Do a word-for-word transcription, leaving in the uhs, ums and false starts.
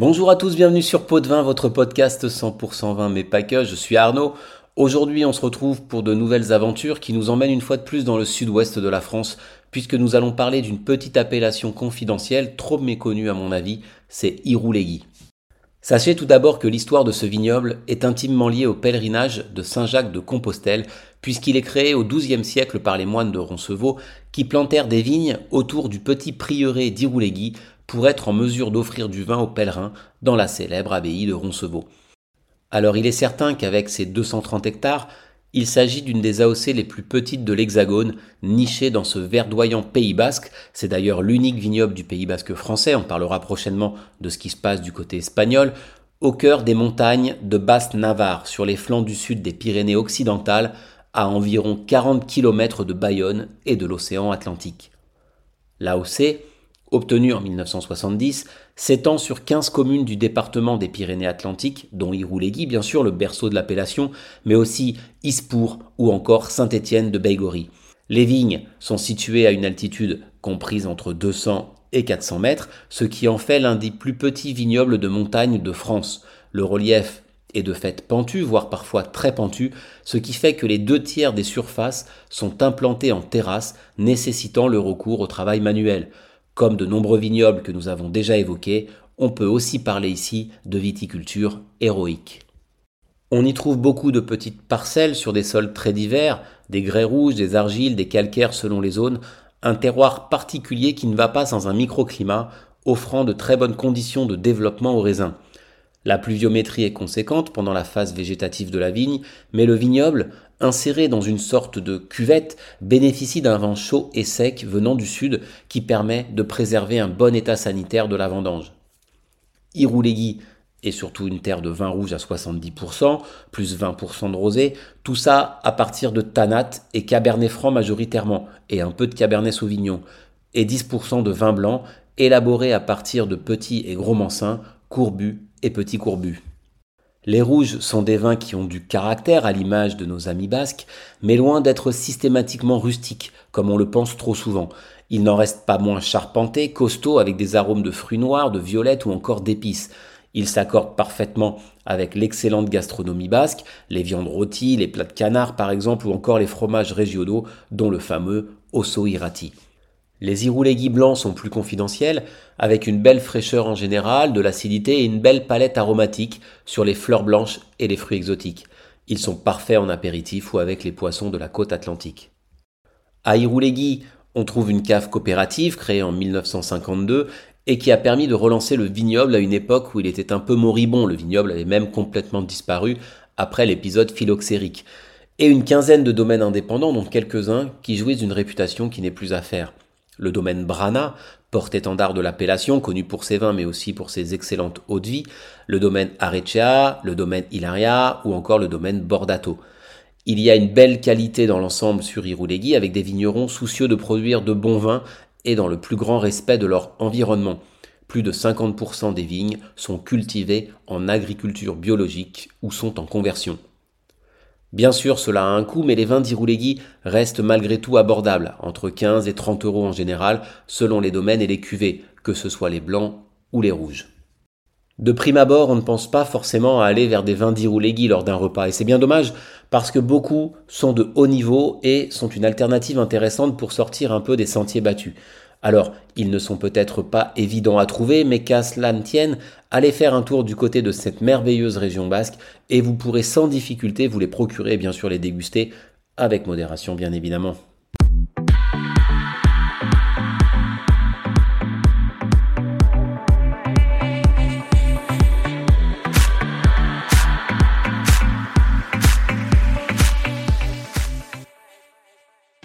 Bonjour à tous, bienvenue sur Pot de Vin, votre podcast cent pour cent vin mais pas que, je suis Arnaud. Aujourd'hui on se retrouve pour de nouvelles aventures qui nous emmènent une fois de plus dans le sud-ouest de la France, puisque nous allons parler d'une petite appellation confidentielle, trop méconnue à mon avis, c'est Irouléguy. Sachez tout d'abord que l'histoire de ce vignoble est intimement liée au pèlerinage de Saint-Jacques de Compostelle, puisqu'il est créé au douzième siècle par les moines de Roncevaux, qui plantèrent des vignes autour du petit prieuré d'Irouléguy, pour être en mesure d'offrir du vin aux pèlerins dans la célèbre abbaye de Roncevaux. Alors il est certain qu'avec ses deux cent trente hectares, il s'agit d'une des A O C les plus petites de l'Hexagone, nichée dans ce verdoyant Pays Basque. C'est d'ailleurs l'unique vignoble du Pays Basque français, on parlera prochainement de ce qui se passe du côté espagnol, au cœur des montagnes de Basse-Navarre, sur les flancs du sud des Pyrénées occidentales, à environ quarante kilomètres de Bayonne et de l'océan Atlantique. L'A O C, obtenu en mille neuf cent soixante-dix, s'étend sur quinze communes du département des Pyrénées-Atlantiques, dont Irouléguy, bien sûr, le berceau de l'appellation, mais aussi Ispour ou encore Saint-Étienne de Baïgorry. Les vignes sont situées à une altitude comprise entre deux cents et quatre cents mètres, ce qui en fait l'un des plus petits vignobles de montagne de France. Le relief est de fait pentu, voire parfois très pentu, ce qui fait que les deux tiers des surfaces sont implantées en terrasse, nécessitant le recours au travail manuel. Comme de nombreux vignobles que nous avons déjà évoqués, on peut aussi parler ici de viticulture héroïque. On y trouve beaucoup de petites parcelles sur des sols très divers, des grès rouges, des argiles, des calcaires selon les zones, un terroir particulier qui ne va pas sans un microclimat, offrant de très bonnes conditions de développement aux raisins. La pluviométrie est conséquente pendant la phase végétative de la vigne, mais le vignoble, inséré dans une sorte de cuvette, bénéficie d'un vent chaud et sec venant du sud qui permet de préserver un bon état sanitaire de la vendange. Irouléguy est surtout une terre de vin rouge à soixante-dix pour cent, plus vingt pour cent de rosé, tout ça à partir de Tannat et Cabernet Franc majoritairement, et un peu de Cabernet Sauvignon, et dix pour cent de vin blanc, élaboré à partir de petits et gros mansins, courbus et petits courbus. Les rouges sont des vins qui ont du caractère à l'image de nos amis basques, mais loin d'être systématiquement rustiques, comme on le pense trop souvent. Ils n'en restent pas moins charpentés, costauds, avec des arômes de fruits noirs, de violettes ou encore d'épices. Ils s'accordent parfaitement avec l'excellente gastronomie basque, les viandes rôties, les plats de canard par exemple, ou encore les fromages régionaux, dont le fameux osso irati. Les Irouléguy blancs sont plus confidentiels, avec une belle fraîcheur en général, de l'acidité et une belle palette aromatique sur les fleurs blanches et les fruits exotiques. Ils sont parfaits en apéritif ou avec les poissons de la côte atlantique. À Irouléguy, on trouve une cave coopérative créée en mille neuf cent cinquante-deux et qui a permis de relancer le vignoble à une époque où il était un peu moribond. Le vignoble avait même complètement disparu après l'épisode phylloxérique. Et une quinzaine de domaines indépendants, dont quelques-uns qui jouissent d'une réputation qui n'est plus à faire. Le domaine Brana, porte-étendard de l'appellation, connu pour ses vins mais aussi pour ses excellentes eaux-de-vie, le domaine Arecea, le domaine Ilaria ou encore le domaine Bordato. Il y a une belle qualité dans l'ensemble sur Irouléguy avec des vignerons soucieux de produire de bons vins et dans le plus grand respect de leur environnement. Plus de cinquante pour cent des vignes sont cultivées en agriculture biologique ou sont en conversion. Bien sûr, cela a un coût, mais les vins d'Irouléguy restent malgré tout abordables, entre quinze et trente euros en général, selon les domaines et les cuvées, que ce soit les blancs ou les rouges. De prime abord, on ne pense pas forcément à aller vers des vins d'Irouléguy lors d'un repas, et c'est bien dommage, parce que beaucoup sont de haut niveau et sont une alternative intéressante pour sortir un peu des sentiers battus. Alors, ils ne sont peut-être pas évidents à trouver, mais qu'à cela ne tienne, allez faire un tour du côté de cette merveilleuse région basque et vous pourrez sans difficulté vous les procurer et bien sûr les déguster, avec modération bien évidemment.